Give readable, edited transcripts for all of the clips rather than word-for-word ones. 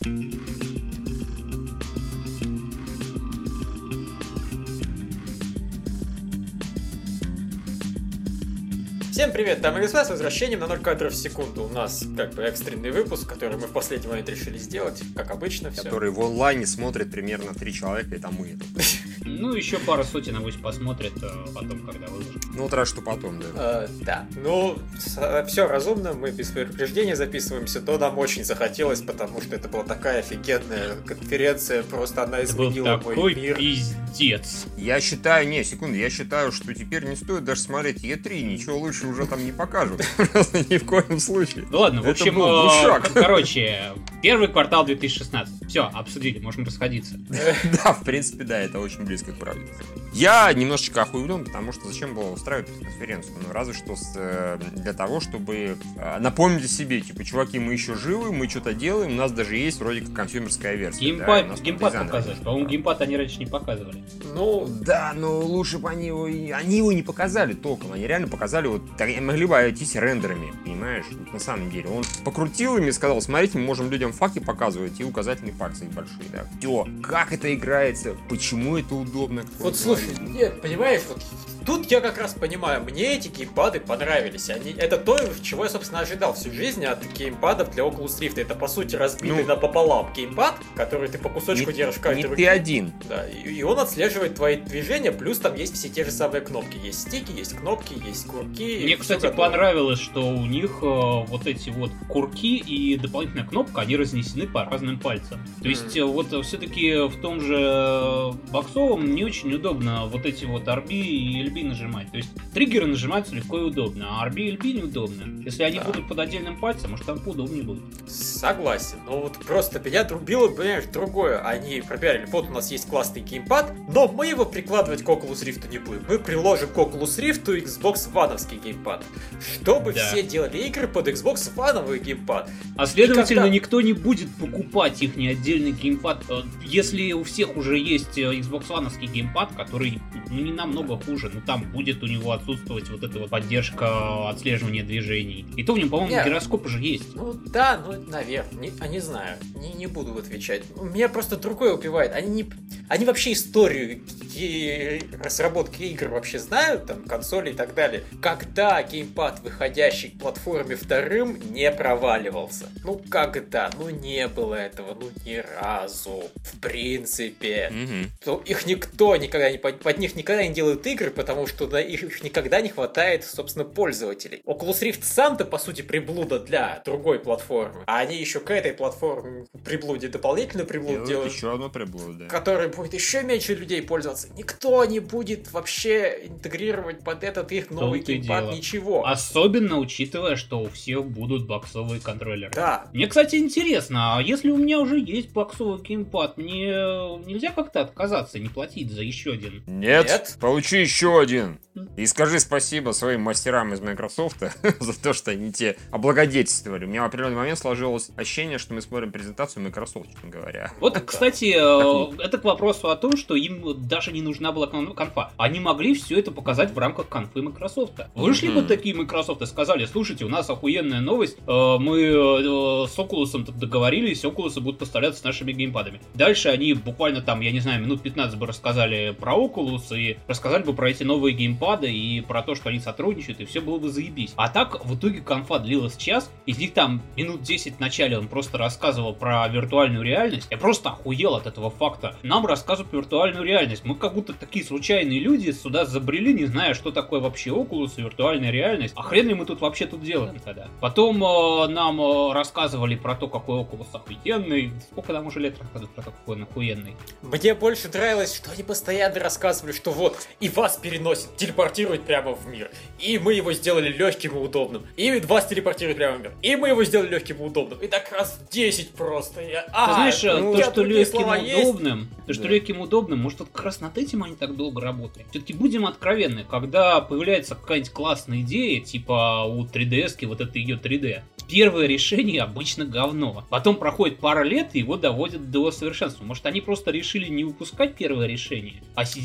Всем привет, дамы и господа, с возвращением на 0 кадров в секунду. У нас как бы экстренный выпуск, который мы в последний момент решили сделать, как обычно. Который в онлайне смотрит примерно 3 человека, и там мы. Ну, еще пара сотен, авось посмотрят потом, когда выложим. Ну, вот раз что потом, да. Да, ну, все разумно, мы без предупреждения записываемся, но нам очень захотелось, потому что это была такая офигенная конференция, просто она изменила мой мир. Пиздец. Я считаю, я считаю, что теперь не стоит даже смотреть E3, ничего лучше уже там не покажут. Просто ни в коем случае. Ну ладно, в общем, короче, первый квартал 2016. Все, обсудили, можем расходиться. Да, в принципе, да, это очень близко к правде. Я немножечко охуевлен, потому что зачем было устраивать эту конференцию? Ну, разве что для того, чтобы напомнить о себе, типа, чуваки, мы еще живы, мы что-то делаем, у нас даже есть вроде как консюмерская версия. Геймпад показать. По-моему, геймпад они раньше не показывали. Ну, да, но лучше бы они его не показали толком. Они реально показали, вот, могли бы обойтись рендерами, понимаешь? Вот на самом деле. Он покрутил ими и сказал, смотрите, мы можем людям факи показывать и указательные пальцы большие, да. Все, как это играется, почему это удобно. Вот слушай, нет, понимаешь, вот тут я как раз понимаю, мне эти геймпады понравились. Это то, чего я, собственно, ожидал всю жизнь от геймпадов для Oculus Rift. Это, по сути, разбитый напополам геймпад, который ты по кусочку держишь в каждой руке. Ты один. Да, и он отслеживает твои движения, плюс там есть все те же самые кнопки. Есть стики, есть кнопки, есть курки. Мне, кстати, понравилось, что у них вот эти вот курки и дополнительная кнопка, они разнесены по разным пальцам. То есть, вот все-таки в том же боксовом не очень удобно вот эти вот RB и LB нажимать. То есть триггеры нажимаются легко и удобно, а RB и LB неудобно. Если они будут под отдельным пальцем, может там поудобнее будет. Согласен. Но вот просто меня трубило, понимаешь, другое. Они пропиарили, вот у нас есть классный геймпад, но мы его прикладывать к Oculus Rift не будем. Мы приложим к Oculus Rift Xbox One-овский геймпад. Чтобы все делали игры под Xbox One-овый геймпад. А следовательно, никто не будет покупать их не отдельный геймпад. Если у всех уже есть Xbox One-овский геймпад, который не намного хуже, но там будет у него отсутствовать вот эта вот поддержка отслеживания движений. И то в нем, по-моему, гироскоп уже есть. Ну да, наверное, не знаю, не буду отвечать. Меня просто другое убивает. Они вообще историю разработки игр вообще знают, там, консоли и так далее. Когда геймпад, выходящий к платформе вторым, не проваливался? Ну когда? Ну не было этого, ни разу. В принципе. Их никто никогда под них никогда не делают игры, потому что на их никогда не хватает, собственно, пользователей. Oculus Rift сам-то, по сути, приблуда для другой платформы. А они еще к этой платформе приблуде дополнительную приблуду делают. Еще одно приблуду, да. Который будет еще меньше людей пользоваться. Никто не будет вообще интегрировать под этот их новый геймпад ничего. Особенно учитывая, что у всех будут боксовые контроллеры. Да. Мне, кстати, интересно, а если у меня уже есть боксовый геймпад, мне нельзя как-то отказаться, не платить за еще один? Нет. Получи еще один. И скажи спасибо своим мастерам из Microsoft за то, что они тебе облагодетельствовали. У меня в определенный момент сложилось ощущение, что мы смотрим презентацию Microsoft, честно говоря. Вот, кстати, это к вопросу о том, что им даже не нужна была конфа. Они могли все это показать в рамках конфы Microsoft. Вышли бы такие Microsoft и сказали, слушайте, у нас охуенная новость, мы с Oculus договорились, Oculus будут поставляться с нашими геймпадами. Дальше они буквально там, я не знаю, минут 15 бы рассказали про Oculus и рассказали бы про эти новые геймпады и про то, что они сотрудничают, и все было бы заебись. А так, в итоге конфа длилась час, из них там минут 10 в начале он просто рассказывал про виртуальную реальность. Я просто охуел от этого факта. Нам рассказывают про виртуальную реальность. Мы как будто такие случайные люди сюда забрели, не зная, что такое вообще Oculus и виртуальная реальность. А хрен ли мы тут вообще делаем тогда? Потом нам рассказывали про то, какой Oculus охуенный. Сколько нам уже лет рассказывают про то, какой он охуенный? Мне больше нравилось, что они постоянно рассказывали, что вот и вас переносит, телепортирует прямо в мир. И мы его сделали легким и удобным. И вас телепортирует прямо в мир. И мы его сделали легким и удобным. И так раз 10 просто. Ты знаешь, то, что легким и удобным, легким и удобным, может, вот как раз над этим они так долго работают. Все-таки будем откровенны, когда появляется какая-нибудь классная идея, типа у 3DS-ки, вот это ее 3D, первое решение обычно говно. Потом проходит пара лет, и его доводят до совершенства. Может, они просто решили не выпускать первое решение, а сидели 2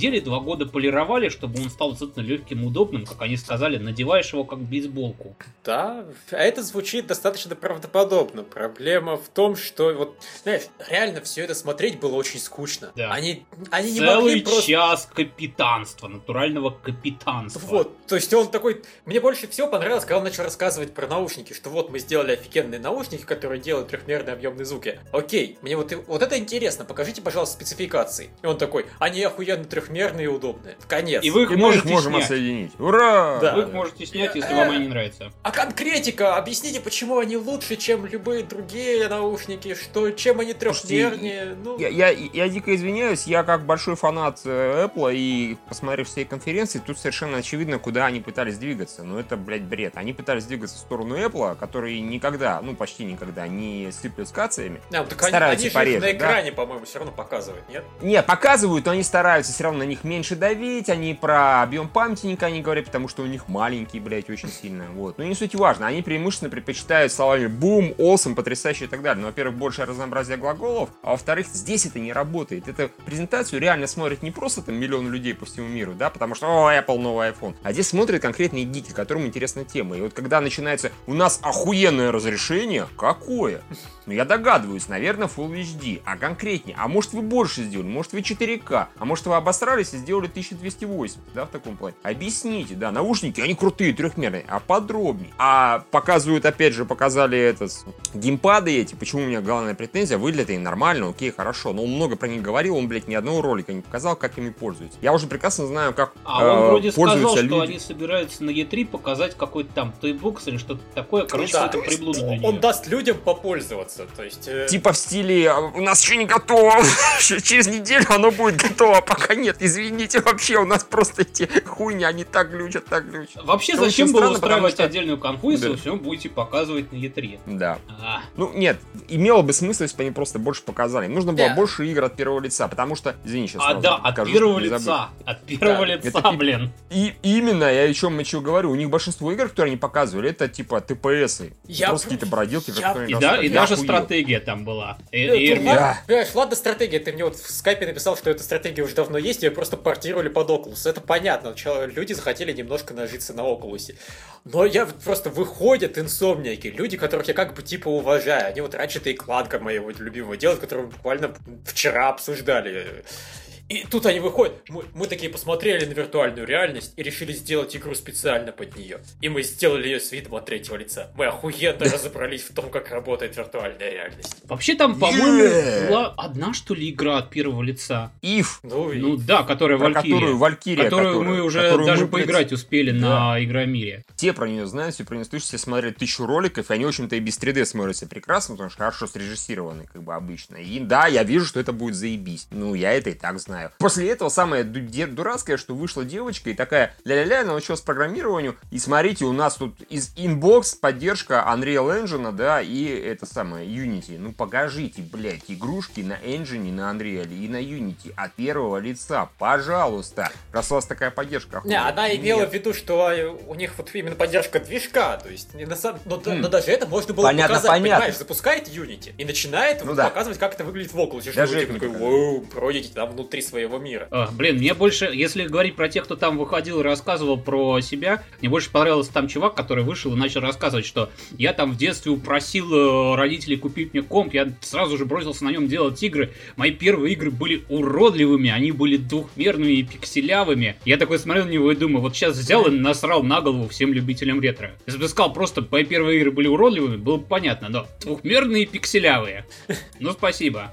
года полировали, чтобы он стал действительно легким, удобным, как они сказали, надеваешь его как бейсболку. Да, а это звучит достаточно правдоподобно. Проблема в том, что вот, знаешь, реально все это смотреть было очень скучно. Да. Они не Целый могли просто... час капитанства, натурального капитанства. Вот, то есть он такой... Мне больше всего понравилось, когда он начал рассказывать про наушники, что вот мы сделали офигенные наушники, которые делают трехмерные объемные звуки. Окей, мне вот это интересно, покажите, пожалуйста, спецификации. И он такой, они охуенно трехмерные и удобные. Конец. И вы их И мы их можете можем снять. отсоединить. Ура! Да. Вы их можете снять, если вам они не нравятся. А конкретика, объясните, почему они лучше, чем любые другие наушники, что чем они трехмернее. Ну... Я дико извиняюсь, я как большой фанат Apple и посмотрев все конференции, тут совершенно очевидно, куда они пытались двигаться. Но это, блядь, бред. Они пытались двигаться в сторону Apple, который никогда, ну почти никогда не сыплют скациями. Так Стараются они же пореже, их на да? экране, по-моему, все равно показывают, нет? Не, показывают, но они стараются все равно на них меньше давить, они про объем памяти никогда не говорят, потому что у них маленький, блядь, очень сильно. Вот. Но не суть важно, они преимущественно предпочитают словами бум, awesome, потрясающе и так далее. Но, во-первых, большее разнообразие глаголов, а во-вторых, здесь это не работает. Эту презентацию реально смотрят не просто там миллионы людей по всему миру, да, потому что, о, Apple, новый iPhone, а здесь смотрят конкретные гики, которым интересна тема. И вот когда начинается, у нас охуенное разрешение, какое? Ну, я догадываюсь, наверное, Full HD, а конкретнее, а может вы больше сделали, может вы 4К, а может вы обосрались и сделали 1280, да, в таком плане. Объясните, да, наушники, они крутые, трехмерные, а подробнее. А показывают, опять же, показали геймпады эти, почему у меня главная претензия, выглядят они нормально, окей, хорошо, но он много про них говорил, он, блядь, ни одного ролика не показал, как ими пользуются. Я уже прекрасно знаю, как он вроде сказал, люди. что они собираются на E3 показать какой-то там тойбокс или что-то такое, короче, Да, это приблуда для он нее. даст людям попользоваться, то есть... Типа в стиле, у нас еще не готово, через неделю оно будет готово, пока нет, извините, вообще у нас просто эти хуйни, они так глючат. Вообще, Это зачем очень было странно, устраивать потому что- отдельную конфу, если Да. вы все будете показывать на E3? Да. А, Ну, нет, имело бы смысл, если бы они просто больше показали. Нужно было Да. больше игр от первого лица, потому что, извини, сейчас сразу да, от скажу, первого чтобы не забыть. лица. От первого Да, лица, это и- блин. И именно, я о чем говорю, у них большинство игр, которые они показывали, это типа ТПСы. Я Просто какие-то бродилки, в которые И, они да, рассказывали. и Я даже охуел. стратегия там была. Да. Понимаешь, ладно, стратегия. Ты мне вот в скайпе написал, что эта стратегия уже давно есть, ее просто портировали под Oculus. Это понятно. Люди захотели немножко нажиться на Oculus. Но просто выходят инсомники, люди, которых я как бы типа уважаю. Они вот Ratchet и Clank моего любимого делают, которого мы буквально вчера обсуждали. И тут они выходят, мы такие посмотрели на виртуальную реальность и решили сделать игру специально под нее. И мы сделали ее с видом от третьего лица. Мы охуенно разобрались в том, как работает виртуальная реальность. Вообще там, по-моему, была одна, что ли, игра от первого лица. If, Ну да, которая про Валькирия. которую Валькирия, Которую мы уже которую даже мы, блядь, поиграть успели да. на Игромире. Те про нее знают, все про нее слышат, все смотрели 1000 роликов, и они, в общем-то, и без 3D смотрятся прекрасно, потому что хорошо срежиссированы, как бы обычно. И да, я вижу, что это будет заебись. Ну, я это и так знаю. После этого самое дурацкое, что вышла девочка и такая ля-ля-ля, научилась программированию, и смотрите, у нас тут из Inbox поддержка Unreal Engine, да, и это самое, Unity. Ну, покажите, блядь, игрушки на Engine, на Unreal и на Unity от первого лица, пожалуйста. Раз у вас такая поддержка. Не, охуенно. она имела Нет. в виду, что у них вот именно поддержка движка, то есть, но даже это можно было Понятно, показать, понятно. понимаешь, запускает Unity и начинает Ну да. показывать, как это выглядит в Oculus, и что Даже вы это не такой, показывает. воу, бродите там внутри своего мира. Блин, мне больше, если говорить про тех, кто там выходил и рассказывал про себя, мне больше понравился там чувак, который вышел и начал рассказывать, что я там в детстве упросил родителей купить мне комп, я сразу же бросился на нем делать игры. Мои первые игры были уродливыми, они были двухмерными и пикселявыми. Я такой смотрел на него и думаю, вот сейчас взял и насрал на голову всем любителям ретро. Если бы ты сказал просто, мои первые игры были уродливыми, было бы понятно, но двухмерные и пикселявые. Ну, спасибо.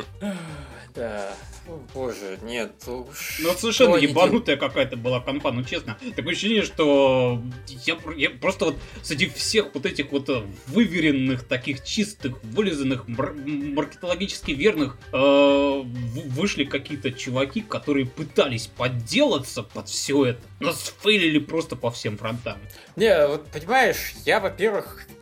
Да. О, боже, нет. Ну, совершенно что они ебанутая какая-то была конфа, ну честно. Такое ощущение, что я просто вот среди всех вот этих вот выверенных, таких чистых, вылизанных, маркетологически верных, вышли какие-то чуваки, которые пытались подделаться под все это, но сфейлили просто по всем фронтам. Не, вот понимаешь, я, во-первых,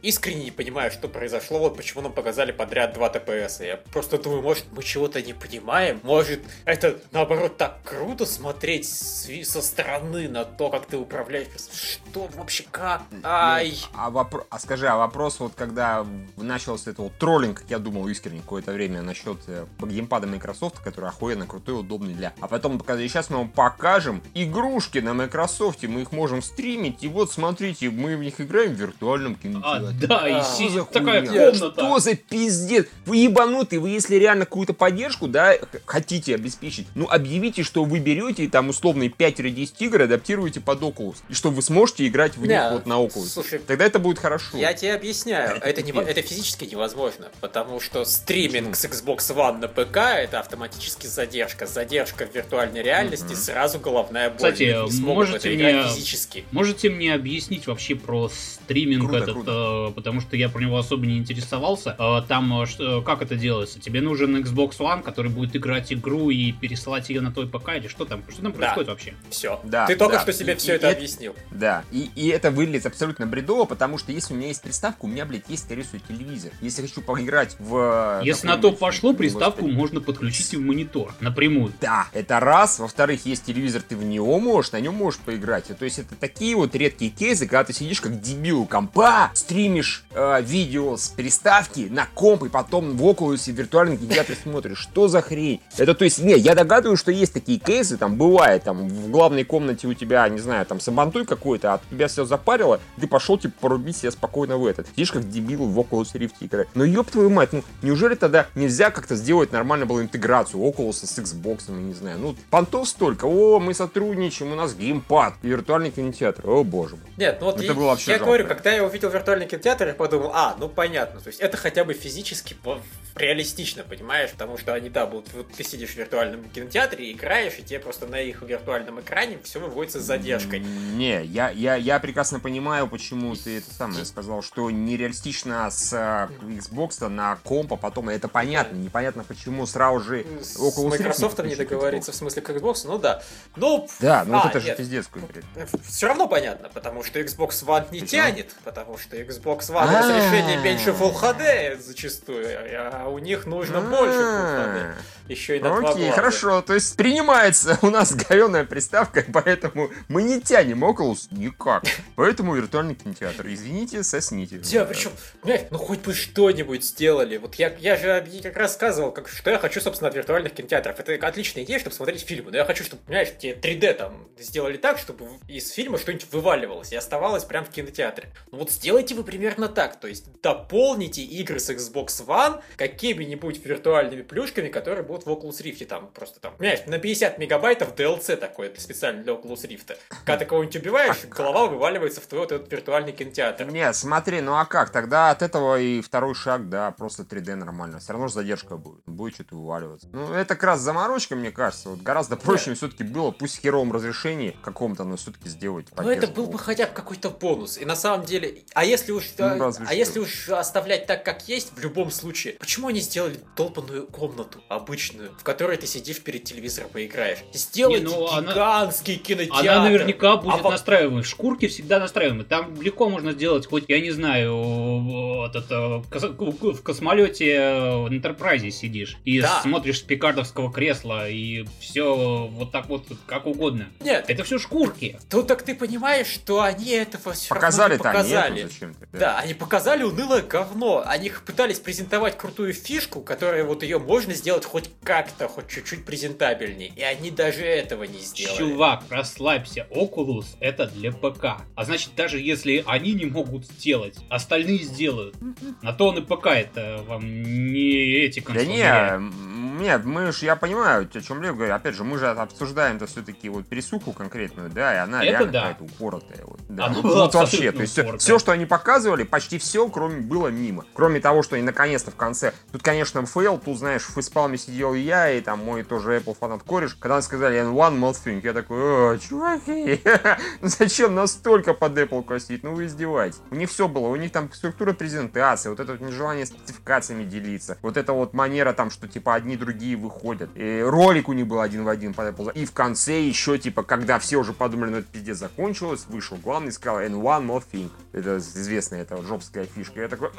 искренне не понимаю, что произошло, вот почему нам показали подряд 2 ТПС. Я просто думаю, может, мы чего-то не понимаем, может, это, наоборот, так круто смотреть со стороны на то, как ты управляешь. Что вообще, как? Ай! Скажи, а вопрос вот, когда начался это вот троллинг, как я думал искренне какое-то время, насчет геймпада Microsoft, который охуенно крутой, удобный для... А потом показали, сейчас мы вам покажем игрушки на Microsoft, мы их можем стримить, и вот, смотрите, мы в них играем в виртуальном кинотеатре. Да, и такая комната. Что за пиздец? Вы ебанутые, вы если реально какую-то поддержку, да, хотите обеспечить, ну, объявите, что вы берете там условные 5-10 игр, адаптируете под Oculus, и что вы сможете играть в них вот на Oculus. Слушай, тогда это будет хорошо. Я тебе объясняю, это физически невозможно, потому что стриминг с Xbox One на ПК это автоматически задержка. Задержка в виртуальной реальности, сразу головная боль. Кстати, не смогут это играть физически. Можете мне объяснить вообще про стриминг круто. Потому что я про него особо не интересовался. Там как это делается? Тебе нужен Xbox One, который будет играть игру и пересылать ее на твой ПК, или что там происходит вообще? Все. Да, ты только что себе все это объяснил. Да, и это выглядит абсолютно бредово, потому что если у меня есть приставка, у меня, блядь, есть, скорее всего, телевизор. Если я хочу поиграть в... Если на то пошло, приставку можно подключить и в монитор напрямую. Да, это раз. Во-вторых, есть телевизор, ты в него можешь, на нем можешь поиграть. То есть это такие вот редкие кейсы, когда ты сидишь как дебил у компа, стримишь видео с приставки на комп, и потом в Oculus в виртуальном кинотеатре смотришь. Что за хрень? Это, то есть, я догадываюсь, что есть такие кейсы, там бывает, там в главной комнате у тебя, не знаю, там сабантуй какой-то, а тебя все запарило, ты пошел, типа, порубить себя спокойно в этот. Сидишь как дебил в Oculus Rift играть. Но ёб твою мать, ну неужели тогда нельзя как-то сделать нормально было интеграцию Oculus с Xbox, не знаю. Ну, понтов столько. Мы сотрудничаем, у нас геймпад, виртуальный кинотеатр. О, боже мой. Нет, ну вот это было вообще я жалко. говорю, когда я увидел виртуальный кинотеатр, я подумал, ну понятно, то есть это хотя бы физически реалистично, понимаешь, потому что они, да, будут, вот ты сидишь в виртуальном кинотеатре, играешь, и тебе просто на их виртуальном экране все выводится с задержкой. Не, я прекрасно понимаю, почему ты это самое сказал, что нереалистично с Xbox на комп, а потом это понятно, непонятно почему сразу же Oculus Rift. С Microsoft не договориться в смысле к Xbox, ну да. Да, но это же пиздец какой-то. Все равно понятно, потому что Xbox One не тянет, потому что Xbox One разрешение меньше Full HD зачастую, а у них нужно больше Full HD. Еще и на 2 глаза. Окей, хорошо, то есть принимается у нас говёная приставка, поэтому мы не тянем Oculus никак. Поэтому виртуальный кинотеатр. Извините, сосните. Да, причем, понимаешь, ну хоть бы что-нибудь сделали. Вот я же как рассказывал, что я хочу, собственно, от виртуальных кинотеатров. Это отличная идея, чтобы смотреть фильмы. Но я хочу, чтобы, понимаешь, те 3D там сделали так, чтобы из фильма что-нибудь вываливалось и оставалось прямо в кинотеатре. Ну вот сделайте вы примерно так. То есть дополните игры с Xbox One какими-нибудь виртуальными плюшками, которые будут в Oculus Rift. Там просто там, понимаешь, на 50 мегабайтов DLC такое специально для Oculus Rift. Когда ты кого-нибудь убиваешь, голова вываливается в твой вот этот виртуальный кинотеатр. Не, смотри, ну а как? Тогда от этого и второй шаг, да, просто 3D нормально. Все равно же задержка будет. Будет что-то вываливаться. Ну, это как раз заморочка, мне кажется. Вот гораздо проще все-таки было, пусть в херовом разрешении каком-то, но все-таки сделать поддержку. Ну, это был бы хотя бы какой-то бонус. И на самом деле, если уж оставлять так, как есть, в любом случае, почему они сделали долбанную комнату обычную, в которой ты сидишь перед телевизором и играешь? Сделайте гигантский кинотеатр. Она наверняка будет настраиваемой. Шкурки всегда настраиваемые. Там легко можно сделать, хоть, я не знаю, в космолете Enterprise сидишь и смотришь с пикардовского кресла, и все вот так вот, как угодно. Нет. Это все шкурки. Тут так ты понимаешь, что они этого все показали равно не показали. Нету, зачем-то, да, они показали унылое говно. Они пытались презентовать крутую фишку, которая вот ее можно сделать хоть как-то, хоть чуть-чуть презентабельнее. И они даже этого не сделали. Чувак, расслабься. Oculus это для ПК. А значит, даже если они не могут сделать, остальные сделают. На то он и ПК, это вам не эти консоли. Да нет, я понимаю, о чем Лев говорит. Опять же, мы же обсуждаем-то все-таки вот пересуху конкретную, да, и она реально какая-то упоротая. Вот, да. Вот вообще, то есть все, что они показывали, почти все, было мимо. Кроме того, что они наконец-то в конце. Тут, конечно, фейл, тут, знаешь, в фейспалме сидел и я, и там мой тоже Apple фанат кореш. Когда они сказали one more thing, я такой, чуваки, зачем настолько под Apple косить? Ну вы издеваетесь. У них все было, у них там структура презентации, вот это вот нежелание спецификациями делиться, вот это вот манера там, что типа одни другие выходят. И ролик у них был один в один под Apple. И в конце еще, типа, когда все уже подумали, ну это пиздец закончилось, вышел главный главный сказал, and one more thing. Это известная, это джобская фишка. Я такой,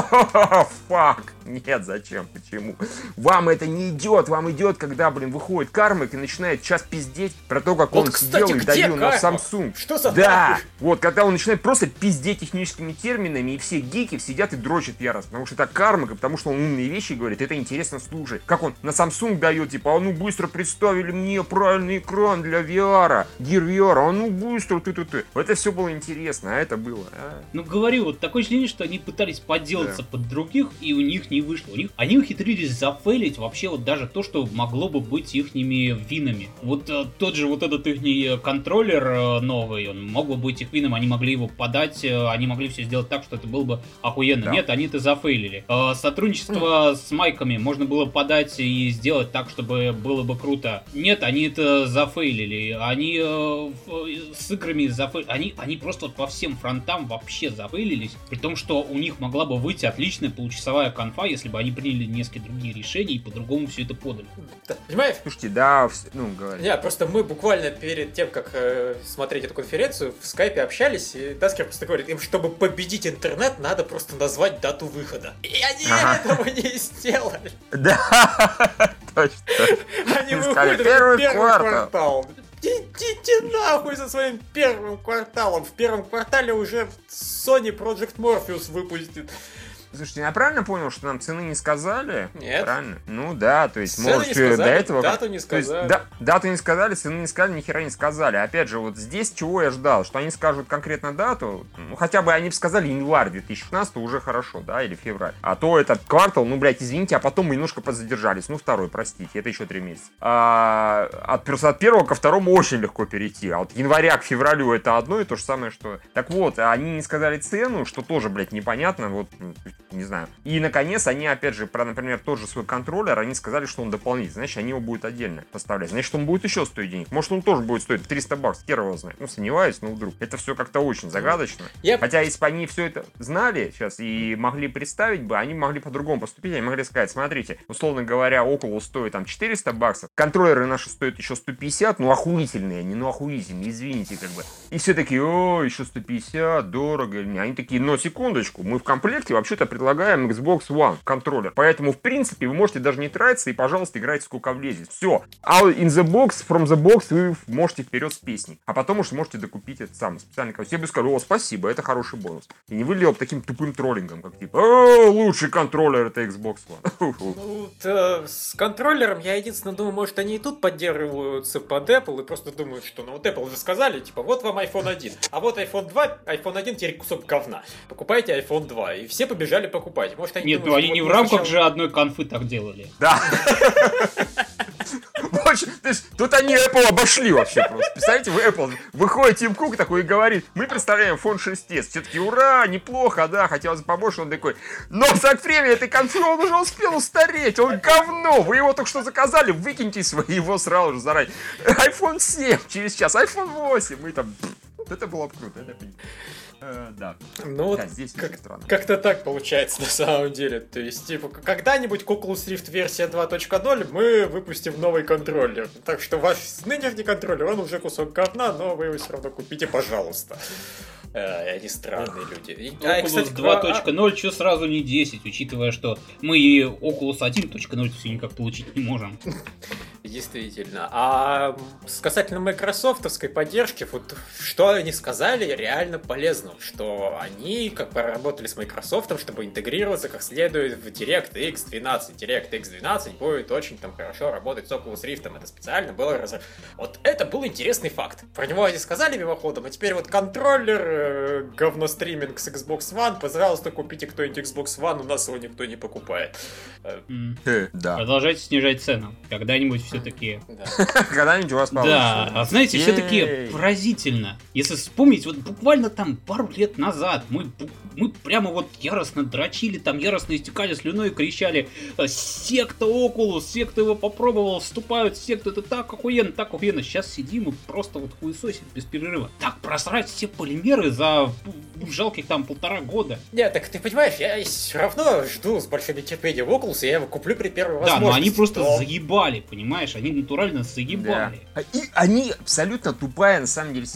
фак. Нет, зачем, почему? Вам это не идет, вам идет, когда, выходит Кармак и начинает час пиздеть про то, как вот, он кстати, сидел и давил на Кармак? Samsung. Что за Да, нахуй? вот, когда он начинает просто пиздеть техническими терминами, и все гики сидят и дрочат яростно, потому что это Кармак, и потому что он умные вещи говорит, это интересно слушать. Как он на Samsung дает, типа, а ну быстро представили мне правильный экран для VR, Gear VR, а ну быстро, ты. Это все было интересно, а это было. Ну, говорю, вот такое ощущение, что они пытались поделаться под других, и у них не вышло. Они ухитрились зафейлить вообще вот даже то, что могло бы быть ихними винами. Вот тот же вот этот ихний контроллер новый, он мог бы быть их вином, они могли его подать, они могли все сделать так, что это было бы охуенно. Да. Нет, они это зафейлили. Сотрудничество с майками можно было подать и сделать так, чтобы было бы круто. Нет, они это зафейлили. Они с играми зафейлили. Они просто вот по всем фронтам вообще зафейлились. При том, что у них могла бы выйти отличная получасовая конфа, если бы они приняли несколько другие решения и по-другому все это подали. Да, понимаешь? Слушайте, да, говори. Нет, просто мы буквально перед тем, как смотреть эту конференцию, в скайпе общались, и Таскер просто говорит, им, чтобы победить интернет, надо просто назвать дату выхода. И они этого не сделали. Да, точно. Они выходят в первый квартал. Идите нахуй со своим первым кварталом. В первом квартале уже Sony Project Morpheus выпустит. Слушайте, я правильно понял, что нам цены не сказали? Нет. Правильно? Ну да, то есть, цены может, не сказали, до этого... дату не сказали. Есть, дату не сказали, цены не сказали, нихера не сказали. Опять же, вот здесь чего я ждал? Что они скажут конкретно дату, ну, хотя бы они бы сказали январь 2016, уже хорошо, да, или февраль. А то этот квартал, ну, блядь, извините, а потом мы немножко подзадержались. Ну, второй, простите, это еще 3 месяца. От первого ко второму очень легко перейти. А от января к февралю это одно и то же самое, что... Так вот, они не сказали цену, что тоже, блядь, непонятно, вот, не знаю. И, наконец, они, опять же, про, например, тот же свой контроллер, они сказали, что он дополнительный. Значит, они его будут отдельно поставлять. Значит, он будет еще стоить денег. Может, он тоже будет стоить $300, хер его знает. Ну, сомневаюсь, но вдруг. Это все как-то очень загадочно. Хотя, если бы они все это знали сейчас и могли представить бы, они могли по-другому поступить. Они могли сказать, смотрите, условно говоря, Oculus стоит там $400, контроллеры наши стоят еще 150, ну, охуительные они, ну, охуительные, извините, как бы. И все такие, о, еще 150, дорого. Они такие, но секундочку, мы в комплекте вообще-то предлагаем Xbox One контроллер. Поэтому, в принципе, вы можете даже не тратиться и, пожалуйста, играйте сколько влезет. Все. Out in the box, from the box вы можете вперед с песней. А потом уж можете докупить это самое специальный контроллер. Я бы сказал, о, спасибо, это хороший бонус. И не выглядел таким тупым троллингом, как типа, о, лучший контроллер это Xbox One. Ну, с контроллером я единственное думаю, может, они и тут поддерживаются под Apple и просто думают, что, ну, вот Apple уже сказали, типа, вот вам iPhone 1, а вот iPhone 2, iPhone 1 теперь кусок говна. Покупайте iPhone 2. И все побежали покупать. Может, они Нет, думают, ну они не в рамках же одной конфы так делали. Да. Тут они Apple обошли вообще просто. Представляете, вы Apple, выходит Тим Кук такой и говорит, мы представляем iPhone 6s. Все таки ура, неплохо, да, хотелось бы побольше. Он такой, но за время этой конфы он уже успел устареть, он говно. Вы его только что заказали, выкиньте его сразу же заранее. iPhone 7 через час, iPhone 8. Мы там... Это было бы круто, это да. Ну вот, здесь как-то так получается на самом деле. То есть, типа, когда-нибудь к Oculus Rift версия 2.0 мы выпустим новый контроллер. Так что ваш нынешний контроллер, он уже кусок говна, но вы его все равно купите, пожалуйста. Они странные люди. Oculus 2.0, что сразу не 10, учитывая, что мы и Oculus 1.0 все никак получить не можем. Действительно. А с касательно майкрософтовской поддержки, вот что они сказали реально полезно, что они как поработали с Microsoft, чтобы интегрироваться как следует в DirectX 12. DirectX 12 будет очень там хорошо работать с Oculus Rift. Это специально было Вот это был интересный факт. Про него они сказали мимоходом, а теперь вот контроллер говностриминг с Xbox One, пожалуйста, купите кто-нибудь Xbox One, у нас его никто не покупает. Да. Продолжайте снижать цену. Когда-нибудь все-таки... Когда-нибудь у вас получится. Да, а знаете, все-таки поразительно. Если вспомнить, вот буквально там пару лет назад мы прямо вот яростно дрочили, там яростно истекали слюной и кричали: секта Oculus, секта его попробовал, вступают в секту, это так охуенно, так охуенно. Сейчас сидим и просто вот хуесосим без перерыва. Так просрать все полимеры за жалких там 1,5 года. Нет, так ты понимаешь, я все равно жду с большим нетерпением Oculus, и я его куплю при первой возможности. Да, но они просто заебали, понимаешь? Они натурально заебали. Да. И они абсолютно тупая на самом деле система.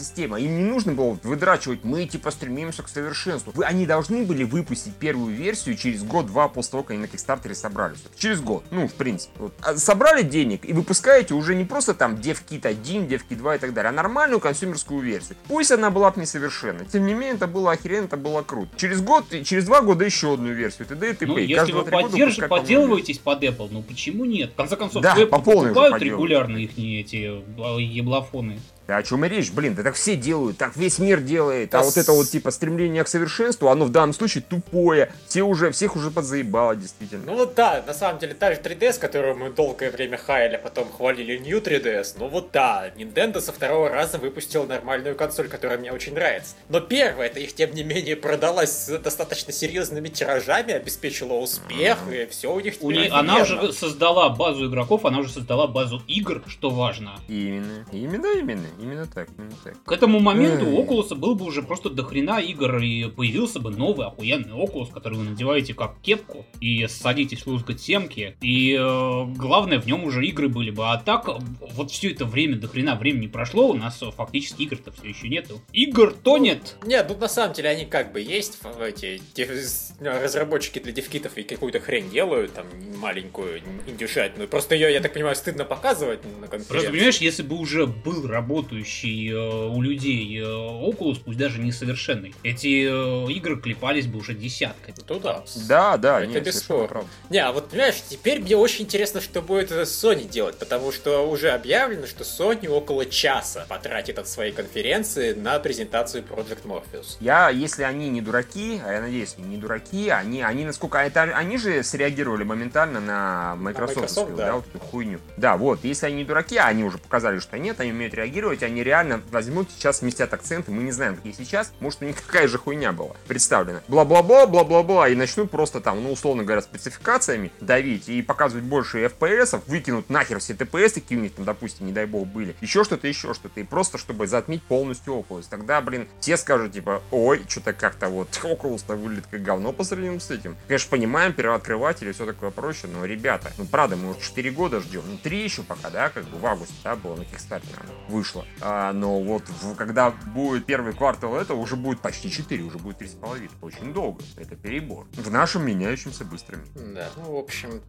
Им не нужно было выдрачивать, мы типа стремимся к совершенству. Они должны были выпустить первую версию через год-два после того, как они на Кикстартере собрались. Через год, в принципе. Вот. Собрали денег и выпускаете уже не просто там DevKit 1, DevKit 2 и так далее, а нормальную консюмерскую версию. Пусть она была бы несовершенна, тем не менее это было охеренно, это было круто. Через 2 года еще одну версию, т.д. и т.п. Если вы подделываетесь под Apple, почему нет? В конце концов, да, Apple покупают регулярно их эти еблофоны. Да о чем и речь, блин, да так все делают, так весь мир делает, а вот это вот типа стремление к совершенству, оно в данном случае тупое, всех уже подзаебало, действительно. Ну вот да, на самом деле та же 3DS, которую мы долгое время хаяли, а потом хвалили New 3DS, ну вот да, Nintendo со второго раза выпустила нормальную консоль, которая мне очень нравится. Но первая-то их, тем не менее, продалась с достаточно серьезными тиражами, обеспечила успех, и все у них она уже создала базу игроков, она уже создала базу игр, что важно. Именно так. К этому моменту у Oculus был бы уже просто дохрена игр, и появился бы новый охуенный Oculus, который вы надеваете как кепку, и садитесь лузгать семки, и главное, в нем уже игры были бы. А так, вот все это время, дохрена времени прошло, у нас фактически игр-то все еще нету. Игр-то нет! Нет, на самом деле они как бы есть, эти разработчики для девкитов и какую-то хрень делают, там, маленькую, индюшатину. Просто ее, я так понимаю, стыдно показывать на конференции. Просто, понимаешь, если бы уже был работающий у людей Oculus, пусть даже несовершенный, эти игры клепались бы уже десятками. Ну да. Да, это бесспорно. Не, а вот понимаешь, теперь мне очень интересно, что будет Sony делать, потому что уже объявлено, что Sony около часа потратит от своей конференции на презентацию Project Morpheus. Если они не дураки, а я надеюсь, не дураки, они насколько... Они же среагировали моментально на Microsoft, да, вот эту хуйню. Да, вот, если они не дураки, а они уже показали, что нет, они умеют реагировать, они реально возьмут сейчас, сместят акценты, мы не знаем, какие сейчас, может, у них какая же хуйня была представлена. Бла-бла-бла, и начнут просто там, условно говоря, спецификациями давить и показывать больше FPS-ов, выкинут нахер все TPS, какие у них там, допустим, не дай бог, были, еще что-то, и просто, чтобы затмить полностью Oculus. Тогда, все скажут, типа, ой, что-то как-то вот Oculus-то выглядит как говно по сравнению с этим. Конечно, понимаем, первооткрыватели и все такое прочее, но, ребята, правда, мы уже 4 года ждем, 3 еще пока, да, как бы в августе, да, было на Kickstarter вышло. Но вот когда будет первый квартал этого, уже будет почти 4, уже будет 3,5. Очень долго. Это перебор. В нашем меняющемся быстрыми. Да, в общем,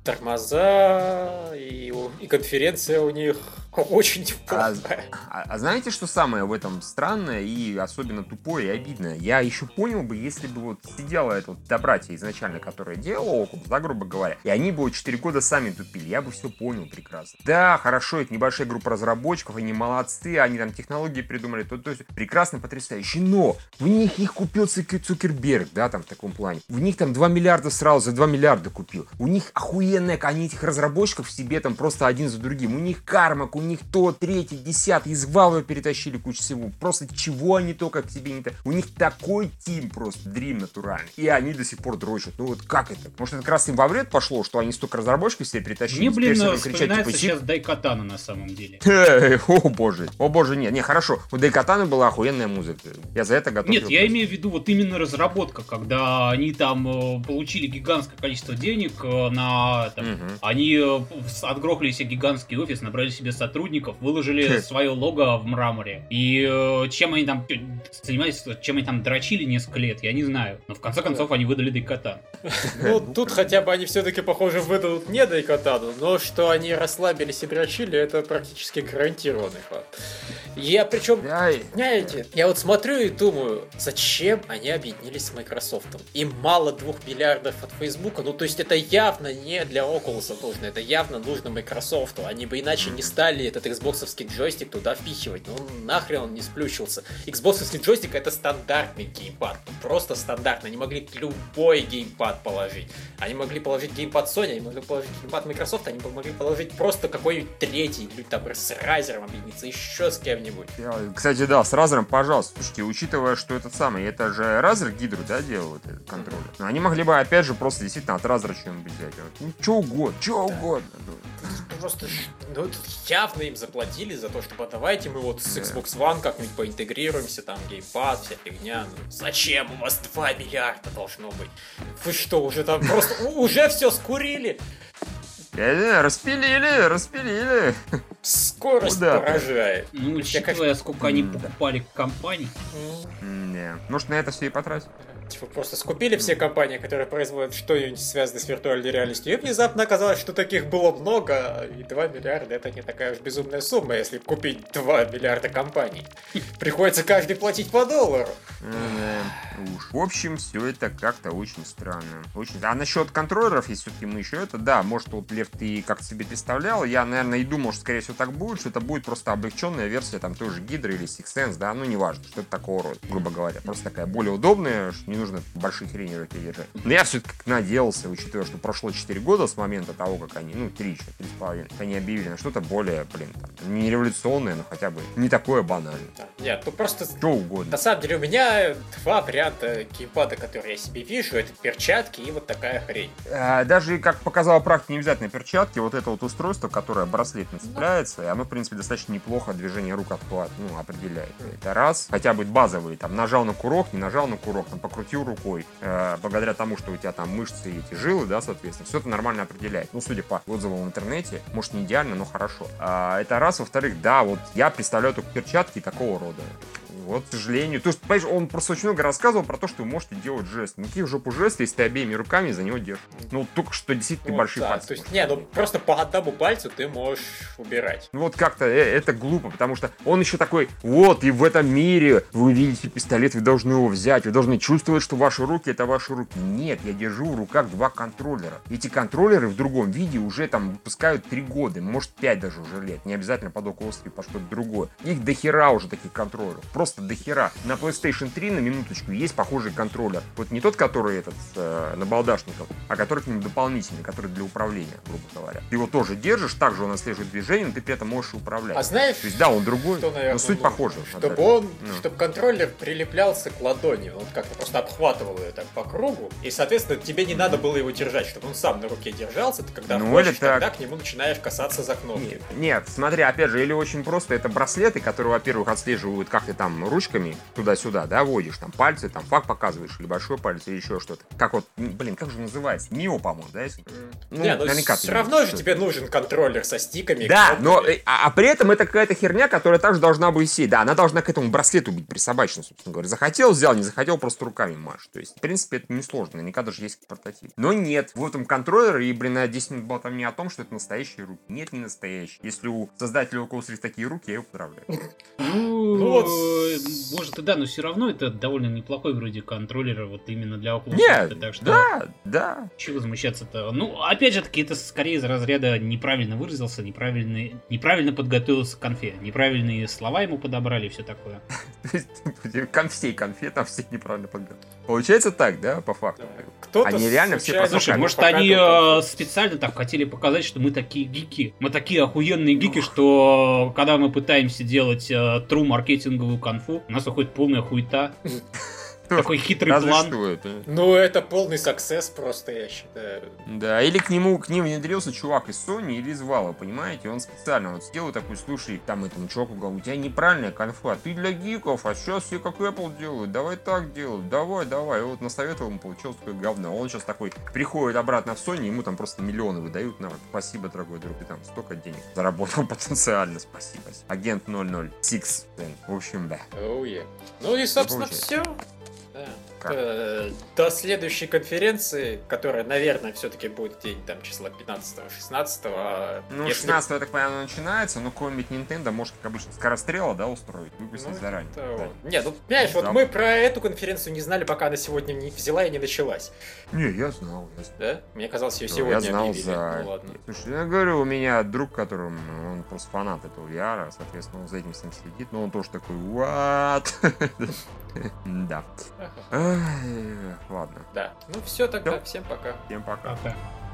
тормоза и конференция у них очень плохая. А знаете, что самое в этом странное и особенно тупое и обидное? Я еще понял бы, если бы вот сидела это вот добратья изначально, которая делала Oculus, да, грубо говоря, и они бы 4 года сами тупили. Я бы все понял прекрасно. Да, хорошо, это небольшая группа разработчиков, они молодцы, они там технологии придумали, то есть прекрасно, потрясающе, но в них их купил Цукерберг, да, там в таком плане. В них там 2 миллиарда сразу за 2 миллиарда купил. У них охуенная, они этих разработчиков в себе там просто один за другим. У них Кармак, у них то, третий, десятый, из Valve перетащили кучу всего. Просто чего они только к себе не так. У них такой тим просто, дрим натуральный. И они до сих пор дрочат. Ну вот как это? Может, это как раз им во вред пошло, что они столько разработчиков себе перетащили? Мне, вспоминается сейчас Дайкатана на самом деле. О боже, нет, хорошо. У Дайкатана была охуенная музыка. Я за это готов. Нет, я имею в виду вот именно разработка, когда они там получили гигантское количество денег на это. Они отгрохали себе гигантский офис, набрали себе сотрудников, выложили свое лого в мраморе. И чем они там занимались, чем они там дрочили несколько лет, я не знаю. Но в конце концов они выдали Дайкатан. Ну, тут хотя бы они все-таки, похоже, выдадут не Дайкатану, но что они расслабились и дрочили, это практически гарантированный факт. Я причем, знаете, я вот смотрю и думаю, зачем они объединились с Microsoft? Им мало 2 миллиардов от Facebook, ну то есть это явно не для Oculus нужно, это явно нужно Microsoft. Они бы иначе не стали этот Xbox-овский джойстик туда впихивать, ну нахрен он не сплющился. Xbox-овский джойстик это стандартный геймпад, просто стандартный, они могли любой геймпад положить. Они могли положить геймпад Sony, они могли положить геймпад Microsoft, они могли положить просто какой-нибудь третий, или там с Razer'ом объединиться, еще с кем-нибудь. Кстати, да, с Razer'ом, пожалуйста. Слушайте, учитывая, что это же Razer Гидру, да, делал этот контроллер. Но они могли бы, опять же, просто действительно от Razer что-нибудь взять. Ну, что угодно. Просто, ну, явно им заплатили за то, что давайте мы вот с Xbox One как-нибудь поинтегрируемся, там, геймпад, вся фигня. Ну, зачем? У вас 2 миллиарда должно быть. Вы что, уже там просто, уже все скурили? Распилили. Скорость Куда? поражает. Ну, Я, учитывая, сколько они Да. покупали компаний. Не. Может, на это все и потратить? Типа просто скупили все компании, которые производят что-нибудь связанное с виртуальной реальностью, и внезапно оказалось, что таких было много, и 2 миллиарда это не такая уж безумная сумма, если купить 2 миллиарда компаний. Приходится каждый платить по $1. Уж. В общем, все это как-то очень странно. А насчет контроллеров, если все-таки мы еще это, да, может, вот, Лев, ты как себе представлял, я, наверное, и думал, что, скорее всего, так будет, что это будет просто облегченная версия, там, той же Гидры или Six Sense, да, ну, неважно, что это такого рода, грубо говоря. Просто такая более удобная, что не нужно большие хрени в руке держать. Но я все-таки надеялся, учитывая, что прошло 4 года с момента того, как они, 3,5, они объявили на что-то более, там, не революционное, но хотя бы не такое банальное. Нет, ну просто... Что угодно. На самом деле у меня 2 варианта геймпада, которые я себе вижу, это перчатки и вот такая хрень. Даже, как показала практика, не обязательно перчатки, вот это вот устройство, которое браслет нацепляется, и оно, в принципе, достаточно неплохо движение рук определяет. Это раз. Хотя бы базовые, там, нажал на курок, не нажал на курок, там, покрутил рукой. Благодаря тому, что у тебя там мышцы и эти жилы, да, соответственно, все это нормально определяет. Ну, судя по отзывам в интернете, может, не идеально, но хорошо. Это раз. Во-вторых, да, вот я представляю только перчатки такого рода. Вот, к сожалению. То есть, понимаешь, он просто очень много рассказывал про то, что вы можете делать жест. Какие в жопу жесты, если ты обеими руками за него держишь? Ну, только что действительно большие да, пальцы. То есть, ну просто по одному пальцу ты можешь убирать. Ну вот как-то это глупо, потому что он еще такой, вот, и в этом мире вы видите пистолет, вы должны его взять, вы должны чувствовать, что ваши руки это ваши руки. Нет, я держу в руках 2 контроллера. Эти контроллеры в другом виде уже там выпускают 3 года, может 5 даже уже лет. Не обязательно под Oculus Rift, по что-то другое. Их дохера уже таких контроллеров. Просто дохера. На PlayStation 3, на минуточку, есть похожий контроллер. Вот не тот, который на балдашников, а который к нему дополнительный, который для управления, грубо говоря. Ты его тоже держишь, также он отслеживает движение, но ты при этом можешь управлять. А знаешь, то есть, да, он другой, что, наверное, но суть похожа. Чтобы контроллер прилеплялся к ладони, он как-то просто обхватывал ее так по кругу, и, соответственно, тебе не надо было его держать, чтобы он сам на руке держался, ты когда хочешь, тогда к нему начинаешь касаться за кнопки. Нет, смотри, опять же, или очень просто, это браслеты, которые, во-первых, отслеживают, как ты там ручками туда-сюда, да, водишь, там пальцы, там фак показываешь, или большой палец, или еще что-то. Как вот, как же называется? Мио, по-моему, да? Если... наверняка все равно же тебе нужен контроллер со стиками. Да, но при этом это какая-то херня, которая также должна быть сеть. Да, она должна к этому браслету быть присобачена, собственно говоря. Захотел, взял, не захотел, просто руками машешь. То есть, в принципе, это несложно, наверняка даже есть прототип. Но нет, в этом контроллере, и, 10 минут было там не о том, что это настоящие руки. Нет, не настоящие. Если у создателя Oculus Rift такие руки, я его поздравляю. Может и да, но все равно это довольно неплохой вроде контроллер вот именно для Oculus Rift. Rift, так что... Да. Чего возмущаться-то? Ну, опять же таки, это скорее из разряда неправильно выразился, неправильно подготовился к конфе, неправильные слова ему подобрали и все такое. Всей конфе там все неправильно подготовлены. Получается так, да, по факту? Они реально все Слушай, может они специально так хотели показать, что мы такие гики, мы такие охуенные гики, что когда мы пытаемся делать true маркетинговую конфу, у нас выходит полная хуета. Такой хитрый план. Ну, это полный саксесс просто, я считаю. Да, или к ним внедрился чувак из Sony или из Valve, понимаете? Он специально вот сделал такой, слушай, там этому чуваку говорил, у тебя неправильная конфа, ты для гиков, а сейчас все как Apple делают, давай так делают, давай. И вот насоветовал ему, получилось такое говно. Он сейчас такой приходит обратно в Sony, ему там просто миллионы выдают. Спасибо, дорогой друг, ты там столько денег заработал потенциально, спасибо. Агент 006. В общем, да. Ну и, собственно, все. До следующей конференции, которая, наверное, все-таки будет день там числа 15-16. Ну, 16 я так понимаю, начинается, но какой-нибудь Nintendo может, как обычно, скорострела, да, устроить, выпустить заранее. Да. Нет, понимаешь, вот мы про эту конференцию не знали, пока она сегодня не взяла и не началась. Не, я знал. Да? Мне казалось, ее сегодня объявили. Ну ладно. Слушай, я говорю, у меня друг, которым, он просто фанат этого VR, соответственно, он за этим всем следит, но он тоже такой, what? Да. Ладно. Да. Ну все тогда, всем пока. Всем пока.